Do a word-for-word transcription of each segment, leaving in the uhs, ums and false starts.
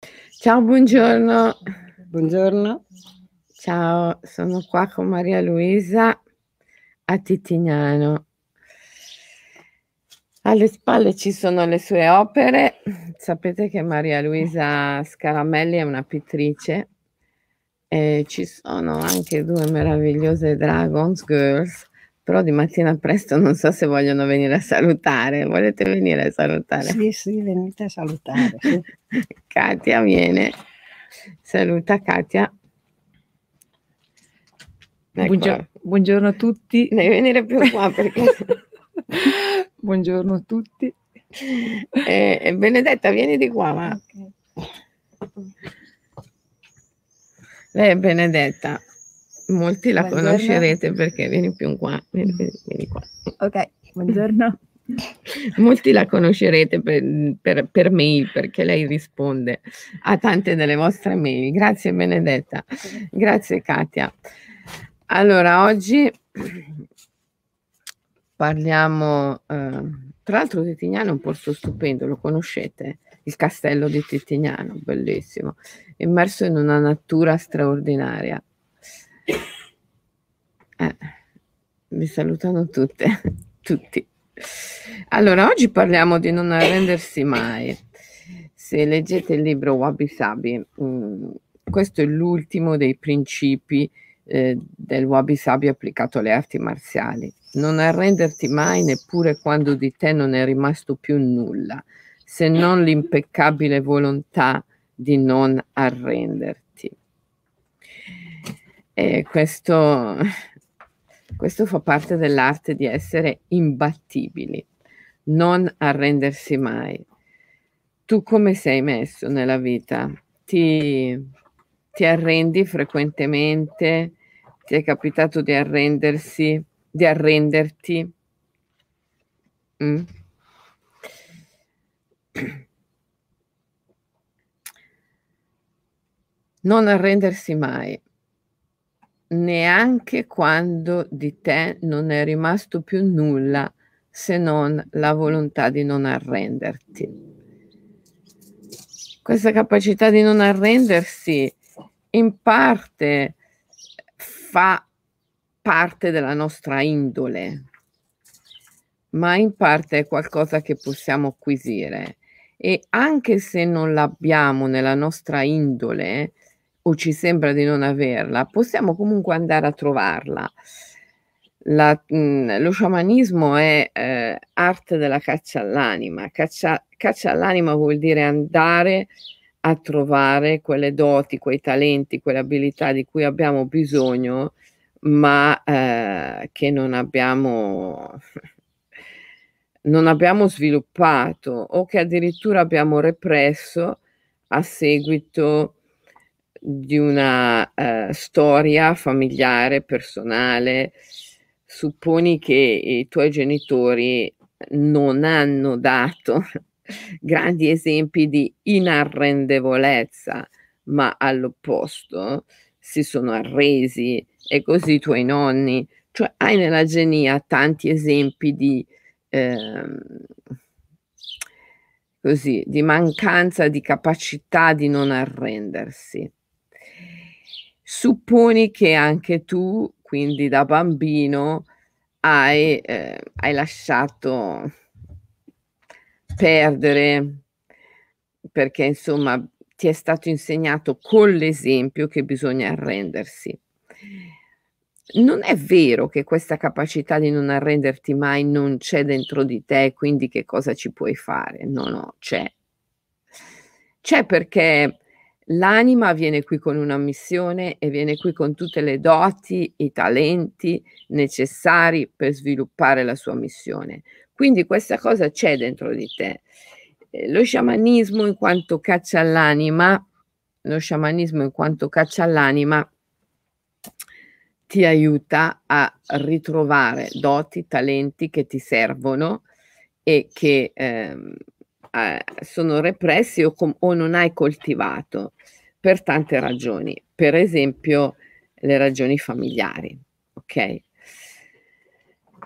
Ciao, buongiorno. Buongiorno. Ciao, sono qua con Maria Luisa a Titignano. Alle spalle ci sono le sue opere. Sapete che Maria Luisa Scaramelli è una pittrice e ci sono anche due meravigliose Dragons Girls, però di mattina presto non so se vogliono venire a salutare. Volete venire a salutare? Sì, sì, venite a salutare, sì. Katia viene. Saluta Katia. Buongio Ecco. buongiorno a tutti. Devi venire più qua perché Buongiorno a tutti. E e Benedetta vieni di qua, va. Okay. Lei è Benedetta. Molti la Buongiorno. conoscerete perché vieni più qua, vieni, vieni, vieni qua. Ok, buongiorno. Molti la conoscerete per, per, per mail perché lei risponde a tante delle vostre mail. Grazie Benedetta, grazie Katia. Allora, oggi parliamo, eh, tra l'altro Titignano è un posto stupendo, lo conoscete? Il castello di Titignano, bellissimo, immerso in una natura straordinaria. Eh, mi salutano tutte, tutti. Allora, oggi parliamo di non arrendersi mai. Se leggete il libro Wabi Sabi, mh, questo è l'ultimo dei principi eh, del Wabi Sabi applicato alle arti marziali. Non arrenderti mai neppure quando di te non è rimasto più nulla, se non l'impeccabile volontà di non arrenderti. E questo, questo fa parte dell'arte di essere imbattibili, non arrendersi mai. Tu come sei messo nella vita? Ti, ti arrendi frequentemente? Ti è capitato di arrendersi, di arrenderti? Mm? Non arrendersi mai, neanche quando di te non è rimasto più nulla se non la volontà di non arrenderti. Questa capacità di non arrendersi in parte fa parte della nostra indole, ma in parte è qualcosa che possiamo acquisire e anche se non l'abbiamo nella nostra indole o ci sembra di non averla, possiamo comunque andare a trovarla. La, mh, lo sciamanismo è eh, arte della caccia all'anima. Caccia, caccia all'anima vuol dire andare a trovare quelle doti, quei talenti, quelle abilità di cui abbiamo bisogno, ma eh, che non abbiamo, non abbiamo sviluppato o che addirittura abbiamo represso a seguito di una eh, storia familiare, personale. Supponi che i tuoi genitori non hanno dato grandi esempi di inarrendevolezza, ma all'opposto si sono arresi, e così i tuoi nonni, cioè hai nella genia tanti esempi di ehm, così, di mancanza di capacità di non arrendersi. Supponi che anche tu, quindi da bambino, hai, eh, hai lasciato perdere, perché insomma ti è stato insegnato con l'esempio che bisogna arrendersi. Non è vero che questa capacità di non arrenderti mai non c'è dentro di te, quindi che cosa ci puoi fare? No, no, c'è. C'è perché l'anima viene qui con una missione e viene qui con tutte le doti, i talenti necessari per sviluppare la sua missione. Quindi questa cosa c'è dentro di te. Eh, lo sciamanismo in quanto caccia all'anima, lo sciamanismo in quanto caccia all'anima ti aiuta a ritrovare doti, talenti che ti servono e che ehm, eh, sono repressi o, com- o non hai coltivato per tante ragioni, per esempio le ragioni familiari, ok?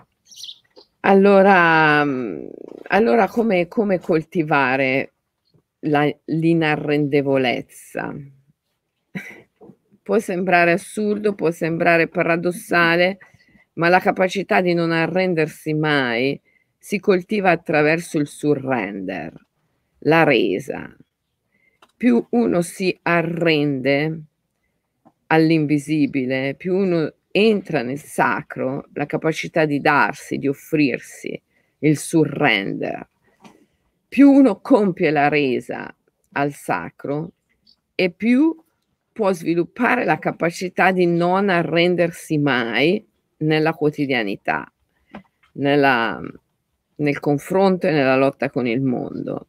Allora, allora come, come coltivare la, l'inarrendevolezza. Può sembrare assurdo, può sembrare paradossale, ma la capacità di non arrendersi mai si coltiva attraverso il surrender, la resa. Più uno si arrende all'invisibile, più uno entra nel sacro, la capacità di darsi, di offrirsi, il surrender, più uno compie la resa al sacro e più può sviluppare la capacità di non arrendersi mai nella quotidianità, nella, nel confronto e nella lotta con il mondo.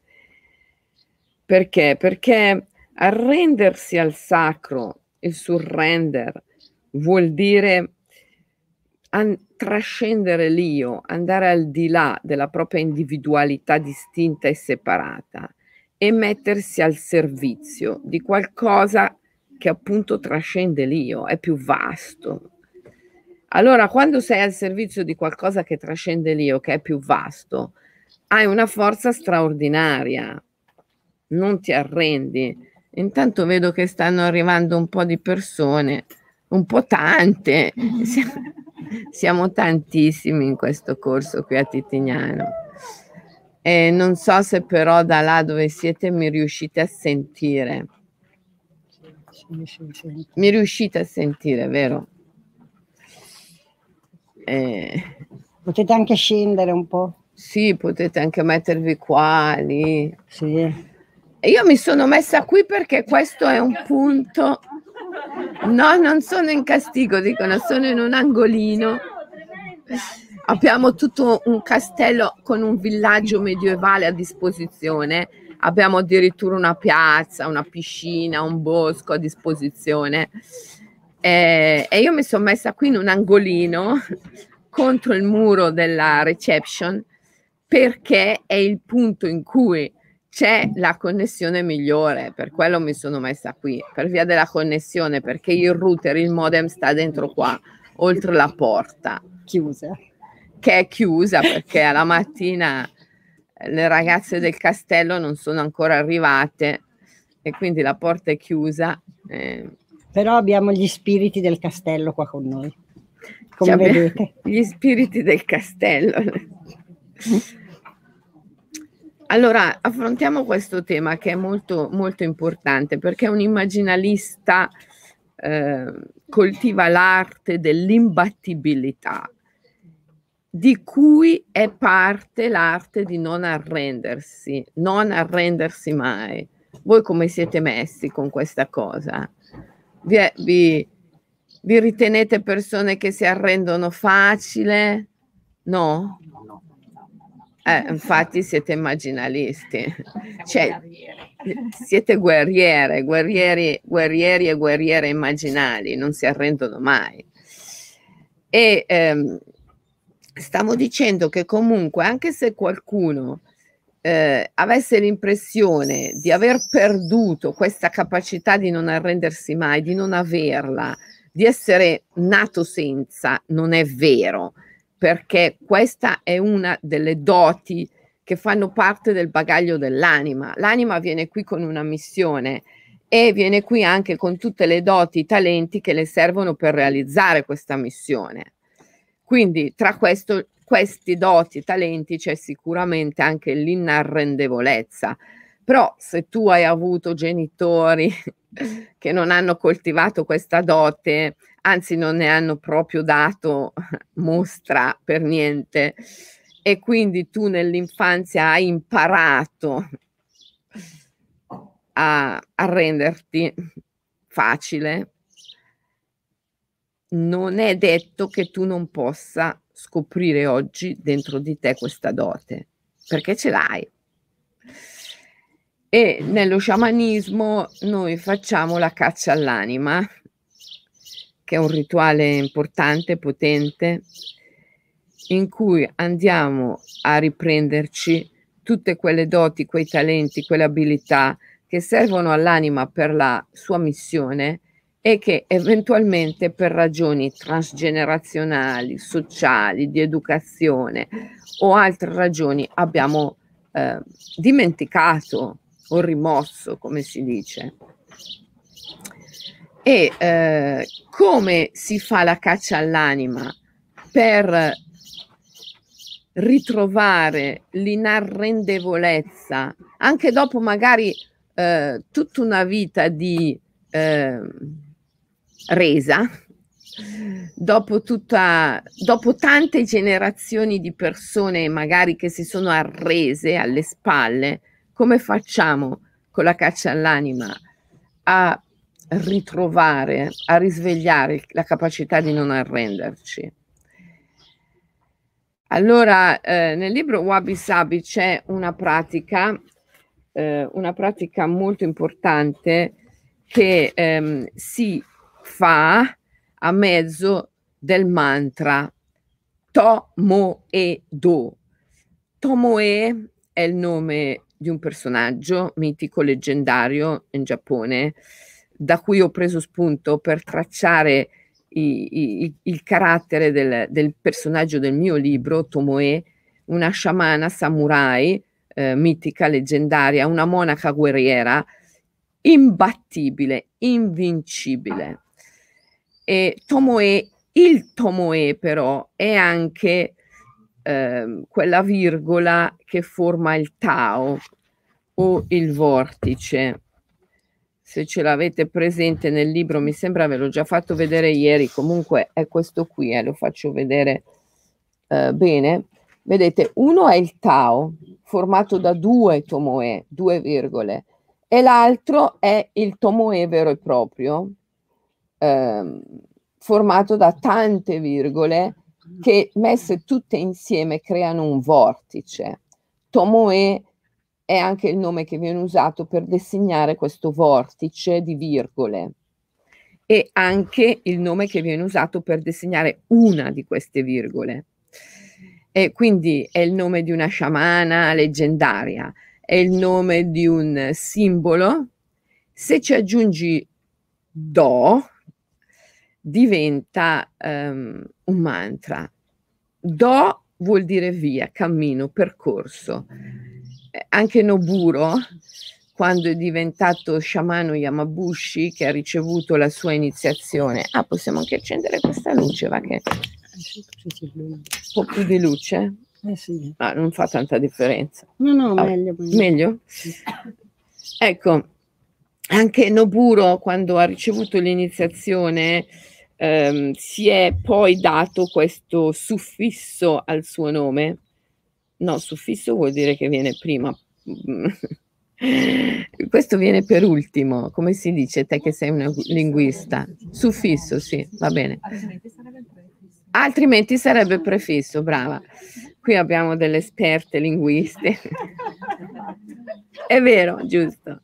Perché? Perché arrendersi al sacro, il surrender, vuol dire an- trascendere l'io, andare al di là della propria individualità distinta e separata e mettersi al servizio di qualcosa che appunto trascende l'io, è più vasto. Allora, quando sei al servizio di qualcosa che trascende l'io, che è più vasto, hai una forza straordinaria, non ti arrendi. Intanto vedo che stanno arrivando un po' di persone, un po' tante, siamo, siamo tantissimi in questo corso qui a Titignano. E non so se però da là dove siete mi riuscite a sentire. Sì, sì, sì. Mi riuscite a sentire, vero? Eh, Potete anche scendere un po'. sì, potete anche mettervi qua, lì. Sì. E io mi sono messa qui perché questo è un punto. No, non sono in castigo, dicono, sono in un angolino. Abbiamo tutto un castello con un villaggio medievale a disposizione. Abbiamo addirittura una piazza, una piscina, un bosco a disposizione. E, e io mi sono messa qui in un angolino contro il muro della reception perché è il punto in cui c'è la connessione migliore, per quello mi sono messa qui, per via della connessione, perché il router, il modem sta dentro qua, oltre la porta. Chiusa. Che è chiusa perché alla mattina le ragazze del castello non sono ancora arrivate e quindi la porta è chiusa. Eh. Però abbiamo gli spiriti del castello qua con noi, come Cioè, vedete. Gli spiriti del castello. Allora, affrontiamo questo tema che è molto, molto importante perché un immaginalista eh, coltiva l'arte dell'imbattibilità, di cui è parte l'arte di non arrendersi, non arrendersi mai. Voi come siete messi con questa cosa? Vi, vi, vi ritenete persone che si arrendono facile? No? Eh, infatti siete immaginalisti, cioè siete guerriere, guerrieri, guerrieri e guerriere immaginali, non si arrendono mai. E ehm, stavo dicendo che comunque anche se qualcuno eh, avesse l'impressione di aver perduto questa capacità di non arrendersi mai, di non averla, di essere nato senza, non è vero. Perché questa è una delle doti che fanno parte del bagaglio dell'anima. L'anima viene qui con una missione e viene qui anche con tutte le doti, i talenti che le servono per realizzare questa missione. Quindi tra questo, questi doti e talenti c'è sicuramente anche l'inarrendevolezza. Però se tu hai avuto genitori che non hanno coltivato questa dote, anzi non ne hanno proprio dato mostra per niente, e quindi tu nell'infanzia hai imparato a arrenderti facile, non è detto che tu non possa scoprire oggi dentro di te questa dote, perché ce l'hai. E nello sciamanismo noi facciamo la caccia all'anima, che è un rituale importante, potente, in cui andiamo a riprenderci tutte quelle doti, quei talenti, quelle abilità che servono all'anima per la sua missione e che eventualmente per ragioni transgenerazionali, sociali, di educazione o altre ragioni abbiamo eh, dimenticato o rimosso, come si dice. E eh, come si fa la caccia all'anima per ritrovare l'inarrendevolezza anche dopo magari eh, tutta una vita di eh, resa, dopo, tutta, dopo tante generazioni di persone magari che si sono arrese alle spalle, come facciamo con la caccia all'anima a ritrovare, a risvegliare la capacità di non arrenderci? Allora, eh, nel libro Wabi Sabi c'è una pratica, eh, una pratica molto importante che ehm, si fa a mezzo del mantra To-mo-e-do. To-mo-e è il nome di un personaggio mitico leggendario in Giappone, da cui ho preso spunto per tracciare i, i, il carattere del, del personaggio del mio libro, Tomoe, una sciamana samurai, eh, mitica, leggendaria, una monaca guerriera, imbattibile, invincibile. E Tomoe, il Tomoe però, è anche eh, quella virgola che forma il Tao o il vortice. Se ce l'avete presente nel libro, mi sembra ve l'ho già fatto vedere ieri, comunque è questo qui, eh, lo faccio vedere eh, bene. Vedete, uno è il Tao, formato da due Tomoe, due virgole, e l'altro è il Tomoe vero e proprio, eh, formato da tante virgole che messe tutte insieme creano un vortice. Tomoe è anche il nome che viene usato per designare questo vortice di virgole e anche il nome che viene usato per designare una di queste virgole. E quindi è il nome di una sciamana leggendaria, è il nome di un simbolo. Se ci aggiungi Do, diventa um, un mantra. Do vuol dire via, cammino, percorso. Anche Noburo, quando è diventato sciamano Yamabushi, che ha ricevuto la sua iniziazione. Ah, possiamo anche accendere questa luce, va che... Un po' più di luce? Eh sì. Ah, non fa tanta differenza. No, no, ah, meglio. Meglio? meglio? Sì. Ecco, anche Noburo, quando ha ricevuto l'iniziazione, ehm, si è poi dato questo suffisso al suo nome. No, suffisso vuol dire che viene prima. Questo viene per ultimo, come si dice, te che sei una linguista? Suffisso, sì, va bene. Altrimenti sarebbe prefisso, brava. Qui abbiamo delle esperte linguiste. È vero, giusto.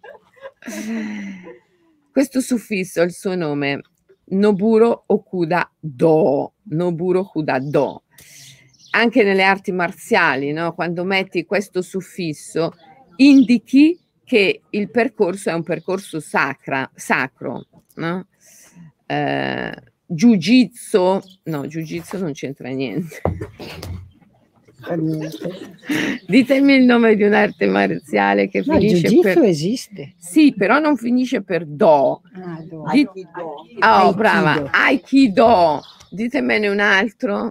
Questo suffisso è il suo nome, Noburo Okuda Do, Noburo Okuda Do. Anche nelle arti marziali, no? Quando metti questo suffisso, indichi che il percorso è un percorso sacra, sacro, no? Eh, Jiu-jitsu, no, Jiu-jitsu non c'entra niente. Ditemi il nome di un'arte marziale che no, finisce Jiu-jitsu per... esiste. Sì, però non finisce per do. Ah, do. Di... Aikido. Oh, brava, Aikido. Ditemene un altro.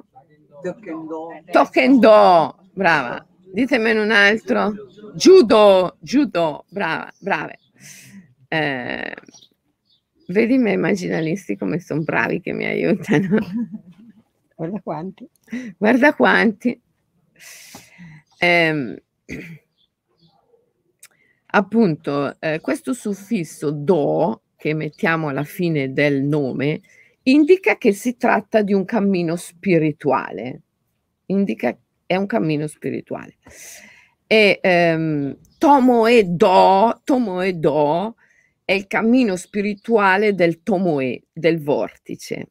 Tokendo, brava. Ditemene un altro. Judo, judo, brava, brave. Eh, vedi i miei immaginalisti come sono bravi che mi aiutano. Guarda quanti. Guarda quanti. Eh, appunto, eh, questo suffisso do che mettiamo alla fine del nome indica che si tratta di un cammino spirituale, indica è un cammino spirituale. E ehm, Tomoe Do, Tomoe Do è il cammino spirituale del Tomoe, del vortice,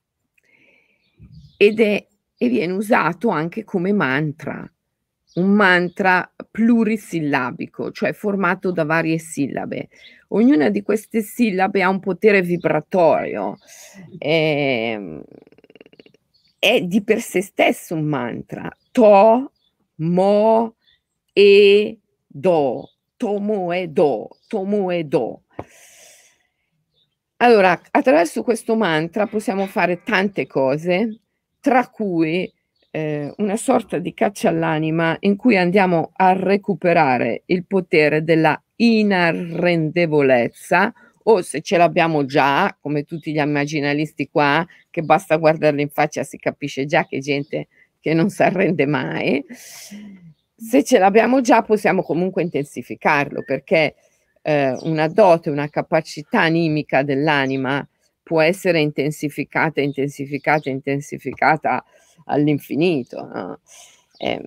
ed è, e viene usato anche come mantra, un mantra plurisillabico, cioè formato da varie sillabe. Ognuna di queste sillabe ha un potere vibratorio, è, è di per sé stesso un mantra. To, mo, e, do. Tomoe-do, Tomoe-do. Allora, attraverso questo mantra possiamo fare tante cose, tra cui eh, una sorta di caccia all'anima in cui andiamo a recuperare il potere della inarrendevolezza, o se ce l'abbiamo già, come tutti gli immaginalisti qua, che basta guardarli in faccia si capisce già che è gente che non si arrende mai. Se ce l'abbiamo già possiamo comunque intensificarlo, perché eh, una dote, una capacità animica dell'anima può essere intensificata, intensificata, intensificata all'infinito, no? Eh,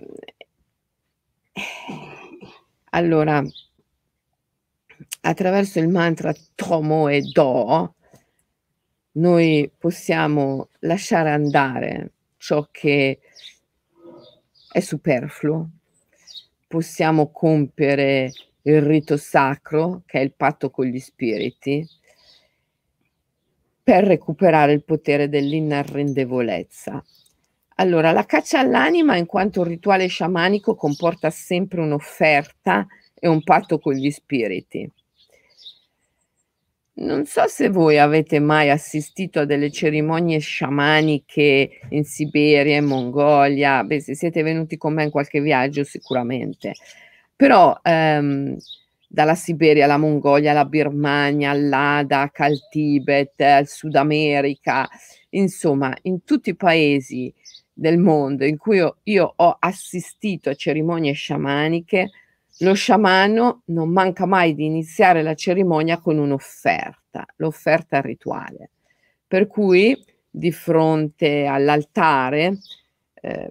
allora, attraverso il mantra Tomoe-do noi possiamo lasciare andare ciò che è superfluo, possiamo compiere il rito sacro, che è il patto con gli spiriti, per recuperare il potere dell'inarrendevolezza. Allora, la caccia all'anima in quanto rituale sciamanico comporta sempre un'offerta e un patto con gli spiriti. Non so se voi avete mai assistito a delle cerimonie sciamaniche in Siberia, in Mongolia. Beh, se siete venuti con me in qualche viaggio sicuramente, però ehm, dalla Siberia alla Mongolia, alla Birmania, all'Ladakh, al Tibet, al Sud America, insomma in tutti i paesi del mondo in cui io, io ho assistito a cerimonie sciamaniche, lo sciamano non manca mai di iniziare la cerimonia con un'offerta, l'offerta rituale, per cui di fronte all'altare eh,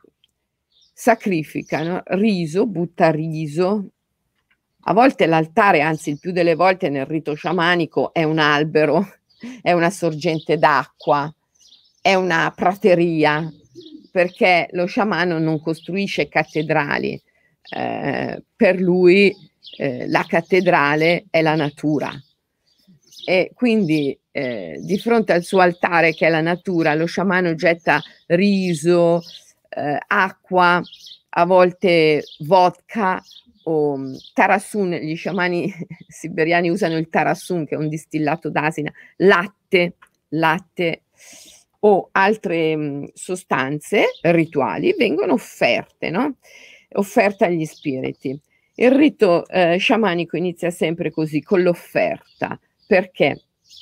sacrificano riso, butta riso. A volte l'altare, anzi il più delle volte nel rito sciamanico, è un albero, è una sorgente d'acqua, è una prateria, perché lo sciamano non costruisce cattedrali. Eh, per lui eh, la cattedrale è la natura, e quindi eh, di fronte al suo altare che è la natura, lo sciamano getta riso, eh, acqua, a volte vodka o tarasun. Gli sciamani siberiani usano il tarasun, che è un distillato d'asina, latte, latte o altre mh, sostanze rituali vengono offerte, no? Offerta agli spiriti. Il rito eh, sciamanico inizia sempre così, con l'offerta. Perché?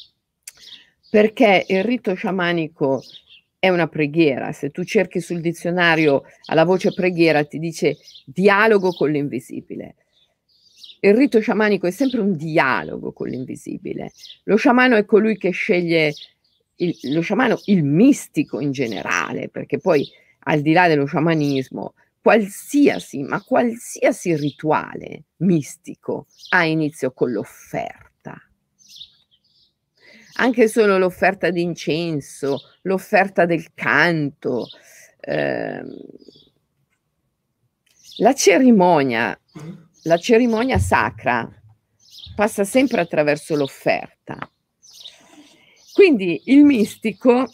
Perché il rito sciamanico è una preghiera. Se tu cerchi sul dizionario alla voce preghiera ti dice dialogo con l'invisibile. Il rito sciamanico è sempre un dialogo con l'invisibile. Lo sciamano è colui che sceglie, il, lo sciamano, il mistico in generale, perché poi al di là dello sciamanismo, qualsiasi, ma qualsiasi rituale mistico ha inizio con l'offerta. Anche solo l'offerta di incenso, l'offerta del canto, ehm, la cerimonia, la cerimonia sacra passa sempre attraverso l'offerta. Quindi il mistico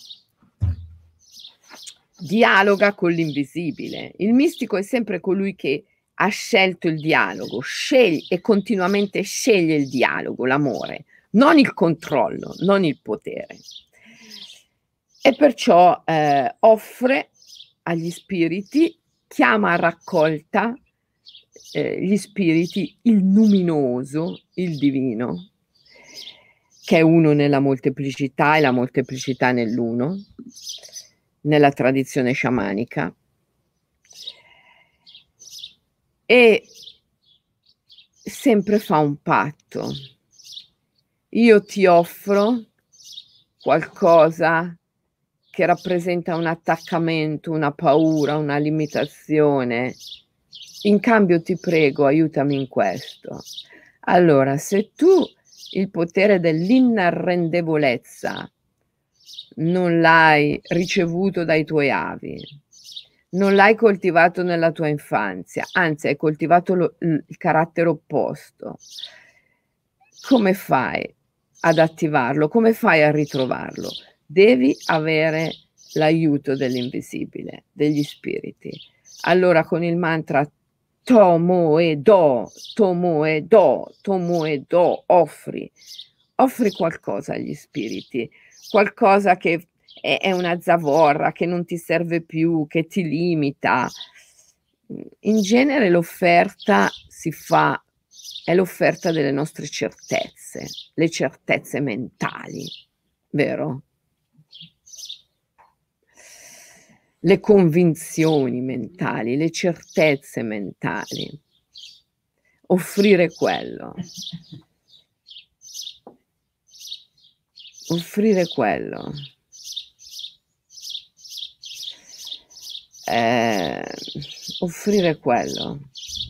dialoga con l'invisibile. Il mistico è sempre colui che ha scelto il dialogo, sceglie e continuamente sceglie il dialogo, l'amore, non il controllo, non il potere. E perciò eh, offre agli spiriti, chiama a raccolta eh, gli spiriti, il luminoso, il divino, che è uno nella molteplicità e la molteplicità nell'uno, nella tradizione sciamanica, e sempre fa un patto. Io ti offro qualcosa che rappresenta un attaccamento, una paura, una limitazione. In cambio ti prego, aiutami in questo. Allora, se tu il potere dell'inarrendevolezza non l'hai ricevuto dai tuoi avi, non l'hai coltivato nella tua infanzia, anzi hai coltivato lo, il carattere opposto, come fai ad attivarlo? Come fai a ritrovarlo? Devi avere l'aiuto dell'invisibile, degli spiriti. Allora con il mantra tomo e do, tomo e do, tomo e do, offri, offri qualcosa agli spiriti, qualcosa che è, è una zavorra, che non ti serve più, che ti limita. In genere l'offerta si fa, è l'offerta delle nostre certezze, le certezze mentali, vero? Le convinzioni mentali, le certezze mentali. Offrire quello. Offrire quello. Eh, offrire quello.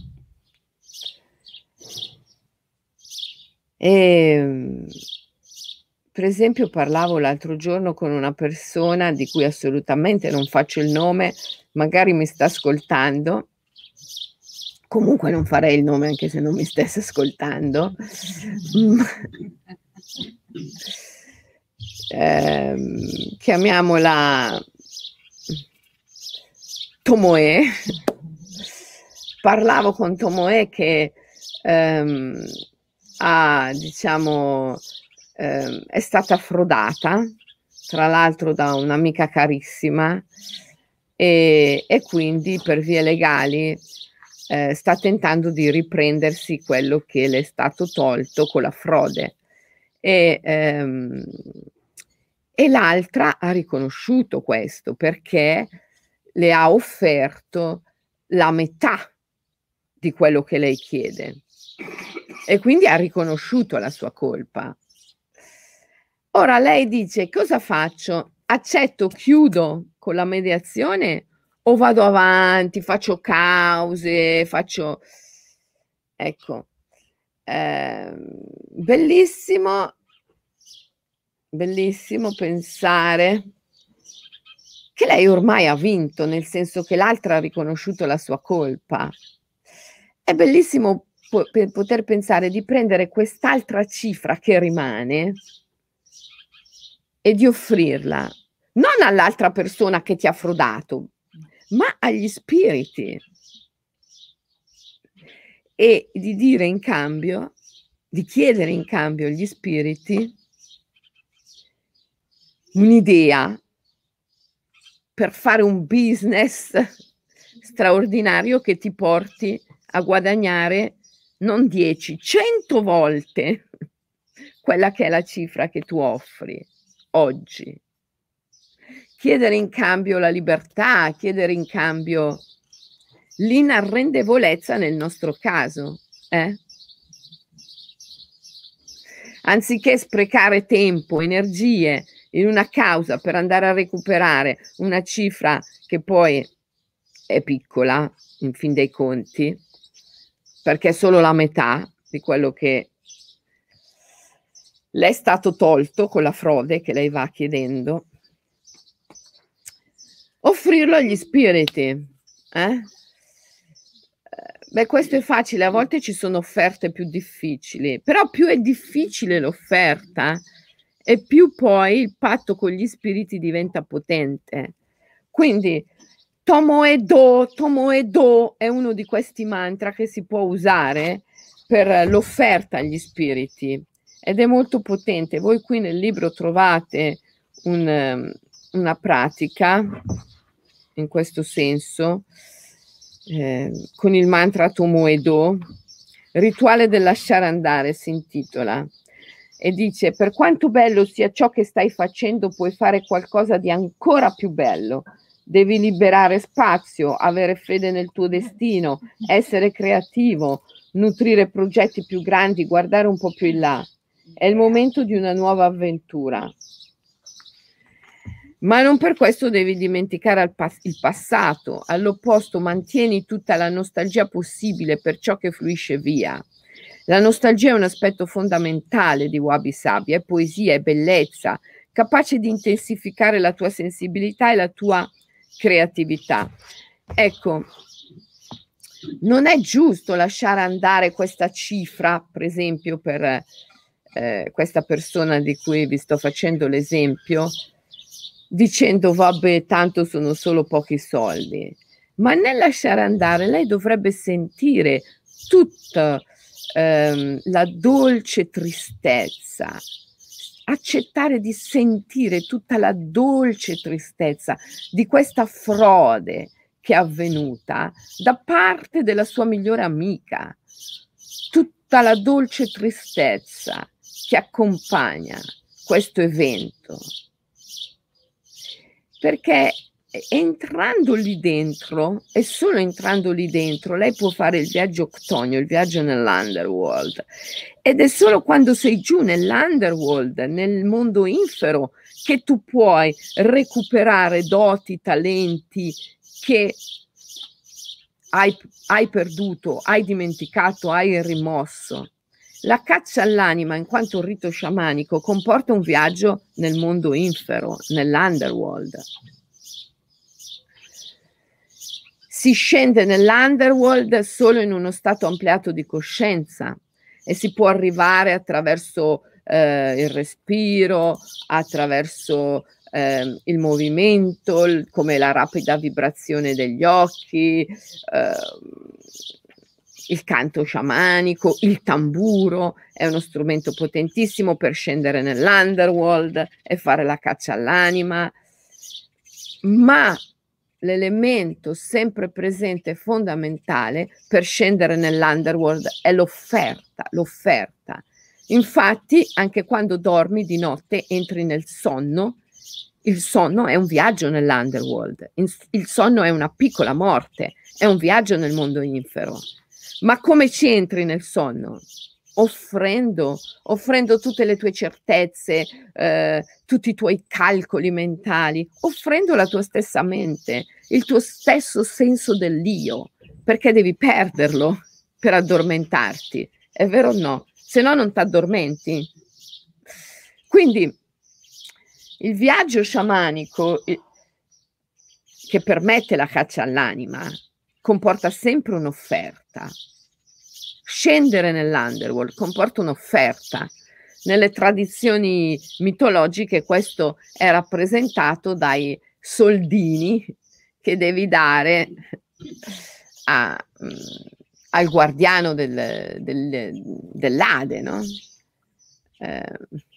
E, per esempio, parlavo l'altro giorno con una persona di cui assolutamente non faccio il nome, magari mi sta ascoltando, comunque non farei il nome anche se non mi stesse ascoltando. eh, chiamiamola Tomoe. Parlavo con Tomoe che ehm, ha, diciamo, eh, è stata frodata, tra l'altro da un'amica carissima, e, e quindi per vie legali eh, sta tentando di riprendersi quello che le è stato tolto con la frode. E, ehm, e l'altra ha riconosciuto questo perché le ha offerto la metà di quello che lei chiede e quindi ha riconosciuto la sua colpa. Ora lei dice: cosa faccio? Accetto, chiudo con la mediazione o vado avanti, faccio cause, faccio... Ecco, eh, bellissimo, bellissimo pensare che lei ormai ha vinto, nel senso che l'altra ha riconosciuto la sua colpa. È bellissimo po- per poter pensare di prendere quest'altra cifra che rimane e di offrirla non all'altra persona che ti ha frodato, ma agli spiriti, e di dire in cambio, di chiedere in cambio agli spiriti un'idea per fare un business straordinario che ti porti a guadagnare non dieci, cento volte quella che è la cifra che tu offri oggi. Chiedere in cambio la libertà, chiedere in cambio l'inarrendevolezza nel nostro caso, eh? Anziché sprecare tempo, energie in una causa per andare a recuperare una cifra che poi è piccola, in fin dei conti, perché è solo la metà di quello che le è stato tolto con la frode che lei va chiedendo, offrirlo agli spiriti. Eh? Beh, questo è facile, a volte ci sono offerte più difficili, però più è difficile l'offerta e più poi il patto con gli spiriti diventa potente. Quindi Tomo e Do, Tomo e Do è uno di questi mantra che si può usare per l'offerta agli spiriti ed è molto potente. Voi qui nel libro trovate un, una pratica in questo senso, eh, con il mantra Tomo e Do. Rituale del lasciare andare si intitola, e dice: per quanto bello sia ciò che stai facendo, puoi fare qualcosa di ancora più bello. Devi liberare spazio, avere fede nel tuo destino, essere creativo, nutrire progetti più grandi, guardare un po' più in là. È il momento di una nuova avventura. Ma non per questo devi dimenticare il, pas- il passato. All'opposto, mantieni tutta la nostalgia possibile per ciò che fluisce via. La nostalgia è un aspetto fondamentale di Wabi Sabi, è poesia, è bellezza, capace di intensificare la tua sensibilità e la tua creatività. Ecco, non è giusto lasciare andare questa cifra, per esempio per eh, questa persona di cui vi sto facendo l'esempio, dicendo vabbè, tanto sono solo pochi soldi. ma nel lasciare andare lei dovrebbe sentire tutta ehm, la dolce tristezza, accettare di sentire tutta la dolce tristezza di questa frode che è avvenuta da parte della sua migliore amica, tutta la dolce tristezza che accompagna questo evento, perché entrando lì dentro, e solo entrando lì dentro, lei può fare il viaggio octonio, il viaggio nell'underworld, ed è solo quando sei giù nell'underworld, nel mondo infero, che tu puoi recuperare doti, talenti che hai, hai perduto, hai dimenticato, hai rimosso. La caccia all'anima, in quanto rito sciamanico, comporta un viaggio nel mondo infero, nell'underworld. Si scende nell'underworld solo in uno stato ampliato di coscienza e si può arrivare attraverso eh, il respiro, attraverso eh, il movimento, il, come la rapida vibrazione degli occhi, eh, il canto sciamanico, il tamburo è uno strumento potentissimo per scendere nell'underworld e fare la caccia all'anima, ma l'elemento sempre presente e fondamentale per scendere nell'underworld è l'offerta, l'offerta. Infatti, anche quando dormi di notte, entri nel sonno, il sonno è un viaggio nell'underworld, il sonno è una piccola morte, è un viaggio nel mondo infero. Ma come ci entri nel sonno? Offrendo, offrendo tutte le tue certezze, eh, tutti i tuoi calcoli mentali, offrendo la tua stessa mente, il tuo stesso senso dell'io, perché devi perderlo per addormentarti, è vero o no? Se no non ti addormenti. Quindi il viaggio sciamanico che permette la caccia all'anima comporta sempre un'offerta. Scendere nell'underworld comporta un'offerta. Nelle tradizioni mitologiche questo è rappresentato dai soldini che devi dare a, al guardiano del, del, dell'Ade, no? Eh,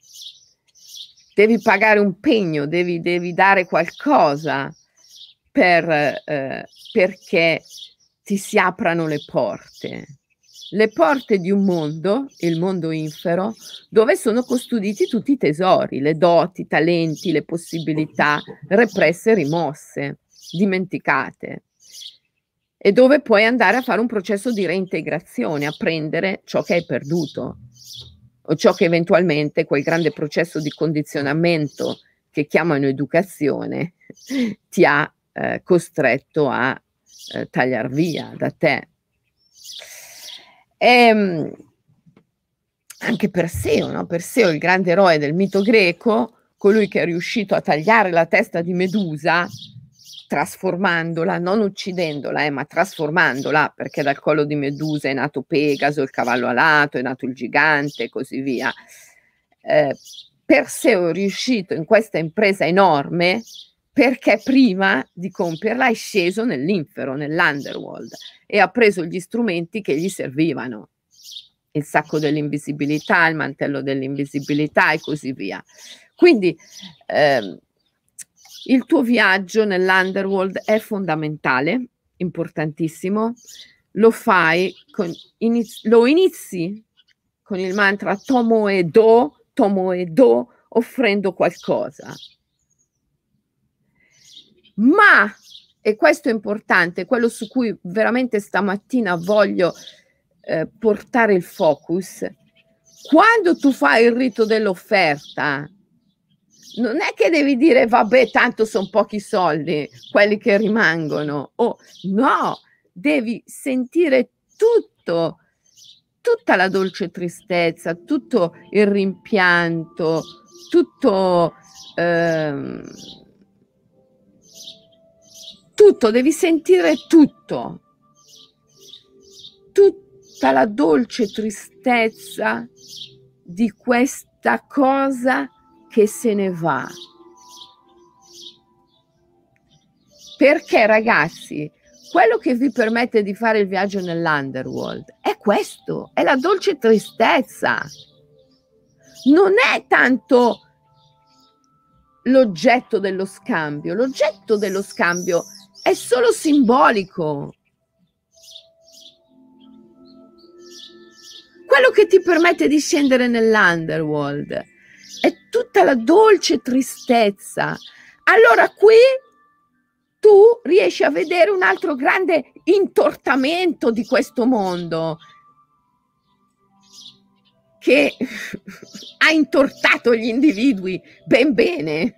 devi pagare un pegno, devi, devi dare qualcosa per, eh, perché ti si aprano le porte. Le porte di un mondo, il mondo infero, dove sono custoditi tutti i tesori, le doti, i talenti, le possibilità represse, rimosse, dimenticate, e dove puoi andare a fare un processo di reintegrazione, a prendere ciò che hai perduto o ciò che eventualmente quel grande processo di condizionamento che chiamano educazione ti ha eh, costretto a eh, tagliar via da te. E, anche Perseo, no? Perseo, il grande eroe del mito greco, colui che è riuscito a tagliare la testa di Medusa, trasformandola, non uccidendola, eh, ma trasformandola, perché dal collo di Medusa è nato Pegaso, il cavallo alato, è nato il gigante e così via. Eh, Perseo è riuscito in questa impresa enorme perché prima di compierla è sceso nell'infero, nell'underworld, e ha preso gli strumenti che gli servivano, il sacco dell'invisibilità, il mantello dell'invisibilità e così via. Quindi ehm, il tuo viaggio nell'underworld è fondamentale, importantissimo, lo fai, con, inizi, lo inizi con il mantra Tomoe Do, Tomoe Do, offrendo qualcosa. Ma, e questo è importante, quello su cui veramente stamattina voglio eh, portare il focus, quando tu fai il rito dell'offerta, non è che devi dire vabbè tanto sono pochi soldi quelli che rimangono, oh, no, devi sentire tutto, tutta la dolce tristezza, tutto il rimpianto, tutto ehm, tutto, devi sentire tutto, tutta la dolce tristezza di questa cosa che se ne va. Perché ragazzi, quello che vi permette di fare il viaggio nell'underworld è questo, è la dolce tristezza. Non è tanto l'oggetto dello scambio, l'oggetto dello scambio è solo simbolico. Quello che ti permette di scendere nell'underworld è tutta la dolce tristezza. Allora qui tu riesci a vedere un altro grande intortamento di questo mondo che ha intortato gli individui ben bene.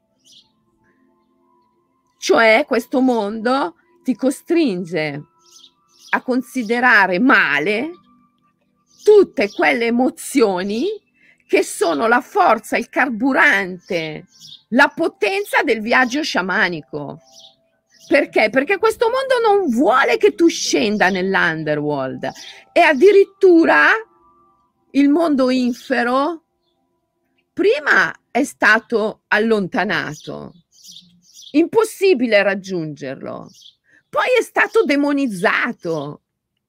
Cioè questo mondo ti costringe a considerare male tutte quelle emozioni che sono la forza, il carburante, la potenza del viaggio sciamanico. Perché? Perché questo mondo non vuole che tu scenda nell'underworld e addirittura il mondo infero prima è stato allontanato, impossibile raggiungerlo, poi è stato demonizzato,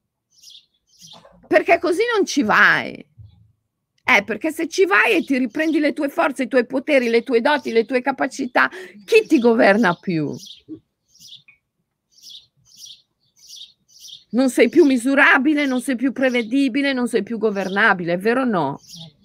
perché così non ci vai. Eh, perché se ci vai e ti riprendi le tue forze, i tuoi poteri, le tue doti, le tue capacità, chi ti governa più? Non sei più misurabile, non sei più prevedibile, non sei più governabile, è vero o no?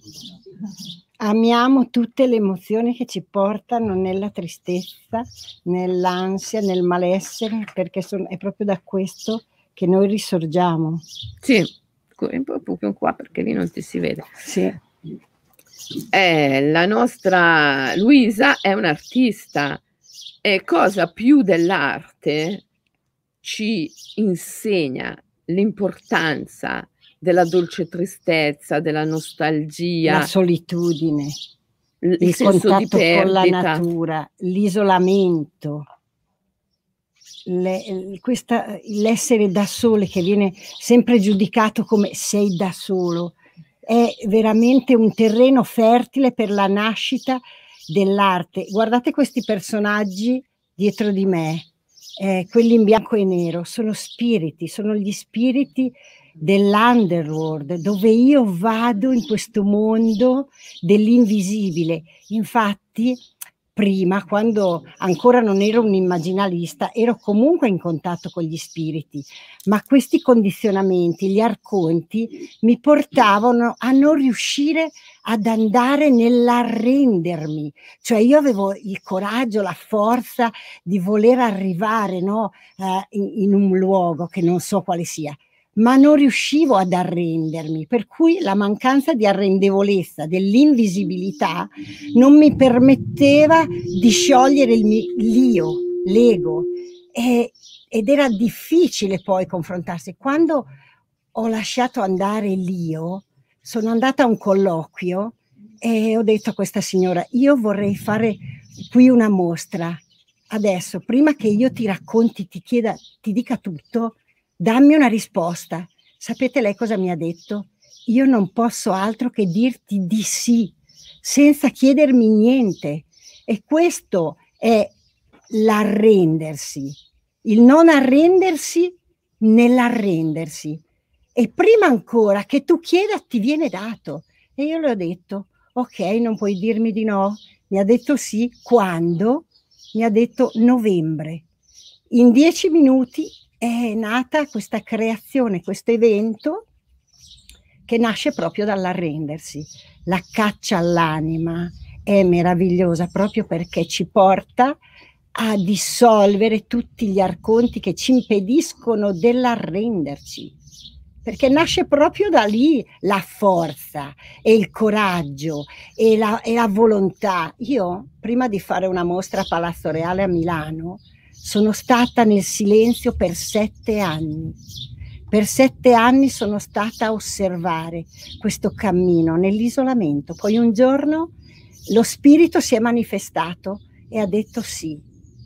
Amiamo tutte le emozioni che ci portano nella tristezza, nell'ansia, nel malessere, perché son, è proprio da questo che noi risorgiamo. Sì, un po' qua perché lì non ti si vede. Sì. Eh, la nostra Luisa è un'artista e cosa più dell'arte ci insegna l'importanza della dolce tristezza, della nostalgia, la solitudine, il, il senso contatto di perdita con la natura, l'isolamento, le, questa, l'essere da sole che viene sempre giudicato come sei da solo, è veramente un terreno fertile per la nascita dell'arte. Guardate questi personaggi dietro di me. Eh, quelli in bianco e nero sono spiriti, sono gli spiriti dell'underworld, dove io vado in questo mondo dell'invisibile. Infatti prima, quando ancora non ero un immaginalista, ero comunque in contatto con gli spiriti, ma questi condizionamenti, gli arconti, mi portavano a non riuscire ad andare nell'arrendermi. Cioè io avevo il coraggio, la forza di voler arrivare, no, eh, in, in un luogo che non so quale sia, ma non riuscivo ad arrendermi, per cui la mancanza di arrendevolezza, dell'invisibilità, non mi permetteva di sciogliere il mio, l'io, l'ego, e, ed era difficile poi confrontarsi. Quando ho lasciato andare l'io, sono andata a un colloquio e ho detto a questa signora: io vorrei fare qui una mostra, adesso, prima che io ti racconti, ti chieda, ti dica tutto, dammi una risposta. Sapete lei cosa mi ha detto? Io non posso altro che dirti di sì, senza chiedermi niente. E questo è l'arrendersi, il non arrendersi nell'arrendersi. E prima ancora che tu chieda ti viene dato. E io le ho detto, ok, non puoi dirmi di no. Mi ha detto sì. Quando? Mi ha detto novembre. In dieci minuti è nata questa creazione, questo evento che nasce proprio dall'arrendersi. La caccia all'anima è meravigliosa proprio perché ci porta a dissolvere tutti gli arconti che ci impediscono dell'arrenderci, perché nasce proprio da lì la forza e il coraggio e la, e la volontà. Io, prima di fare una mostra a Palazzo Reale a Milano, sono stata nel silenzio per sette anni. Per sette anni sono stata a osservare questo cammino nell'isolamento. Poi un giorno lo spirito si è manifestato e ha detto sì.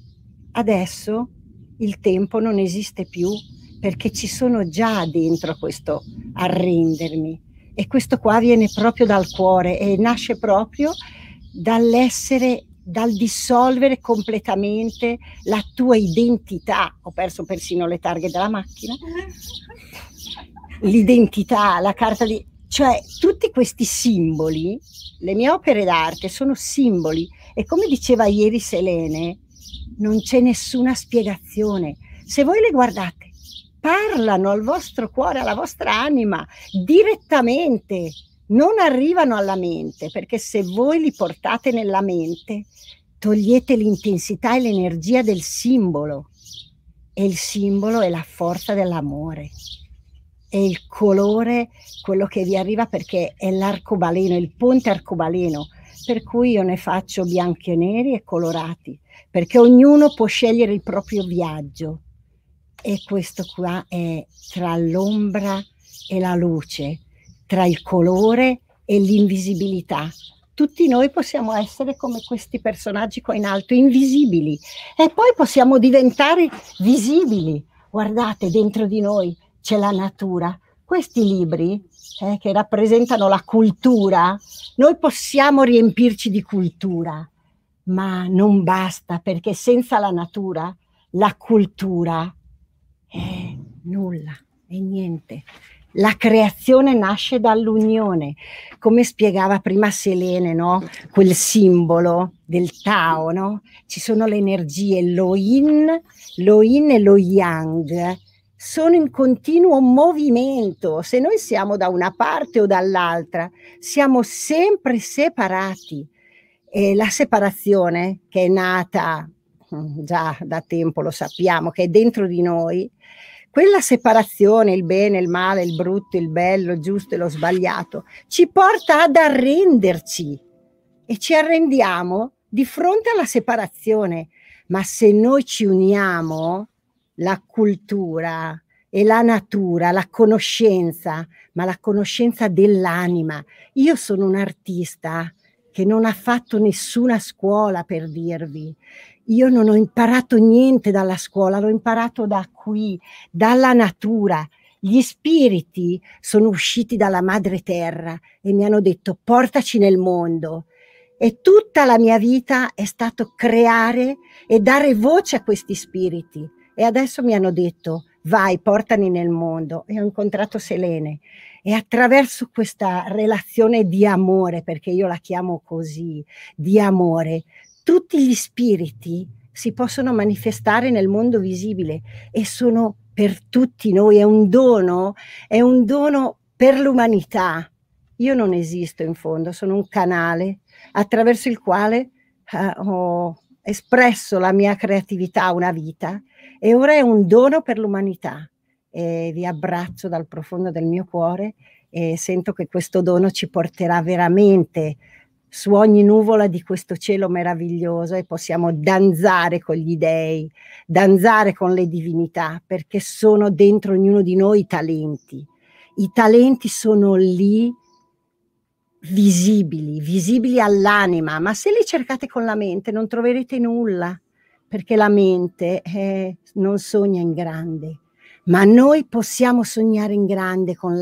Adesso il tempo non esiste più perché ci sono già dentro questo arrendermi. E questo qua viene proprio dal cuore e nasce proprio dall'essere dal dissolvere completamente la tua identità. Ho perso persino le targhe della macchina. L'identità, la carta di... Cioè, tutti questi simboli, le mie opere d'arte sono simboli, e come diceva ieri Selene, non c'è nessuna spiegazione. Se voi le guardate, parlano al vostro cuore, alla vostra anima, direttamente, non arrivano alla mente, perché se voi li portate nella mente, togliete l'intensità e l'energia del simbolo, e il simbolo è la forza dell'amore. È il colore, quello che vi arriva, perché è l'arcobaleno, il ponte arcobaleno, per cui io ne faccio bianchi e neri e colorati, perché ognuno può scegliere il proprio viaggio, e questo qua è tra l'ombra e la luce, tra il colore e l'invisibilità. Tutti noi possiamo essere come questi personaggi qua in alto, invisibili, e poi possiamo diventare visibili. Guardate, dentro di noi c'è la natura. Questi libri eh, che rappresentano la cultura, noi possiamo riempirci di cultura, ma non basta, perché senza la natura la cultura è nulla, è niente. La creazione nasce dall'unione, come spiegava prima Selene, no? Quel simbolo del Tao, no? Ci sono le energie, lo yin, lo yin e lo yang, sono in continuo movimento. Se noi siamo da una parte o dall'altra, siamo sempre separati. E la separazione, che è nata già da tempo, lo sappiamo, che è dentro di noi, quella separazione, il bene, il male, il brutto, il bello, il giusto e lo sbagliato, ci porta ad arrenderci, e ci arrendiamo di fronte alla separazione. Ma se noi ci uniamo, la cultura e la natura, la conoscenza, ma la conoscenza dell'anima. Io sono un artista che non ha fatto nessuna scuola, per dirvi. Io non ho imparato niente dalla scuola, l'ho imparato da qui, dalla natura. Gli spiriti sono usciti dalla madre terra e mi hanno detto: portaci nel mondo. E tutta la mia vita è stato creare e dare voce a questi spiriti. E adesso mi hanno detto: vai, portali nel mondo. E ho incontrato Selene, e attraverso questa relazione di amore, perché io la chiamo così, di amore, tutti gli spiriti si possono manifestare nel mondo visibile, e sono per tutti noi, è un dono, è un dono per l'umanità. Io non esisto in fondo, sono un canale attraverso il quale eh, ho espresso la mia creatività una vita, e ora è un dono per l'umanità. E vi abbraccio dal profondo del mio cuore, e sento che questo dono ci porterà veramente su ogni nuvola di questo cielo meraviglioso, e possiamo danzare con gli dei, danzare con le divinità, perché sono dentro ognuno di noi i talenti. I talenti sono lì, visibili, visibili all'anima, ma se li cercate con la mente non troverete nulla, perché la mente eh, non sogna in grande, ma noi possiamo sognare in grande con la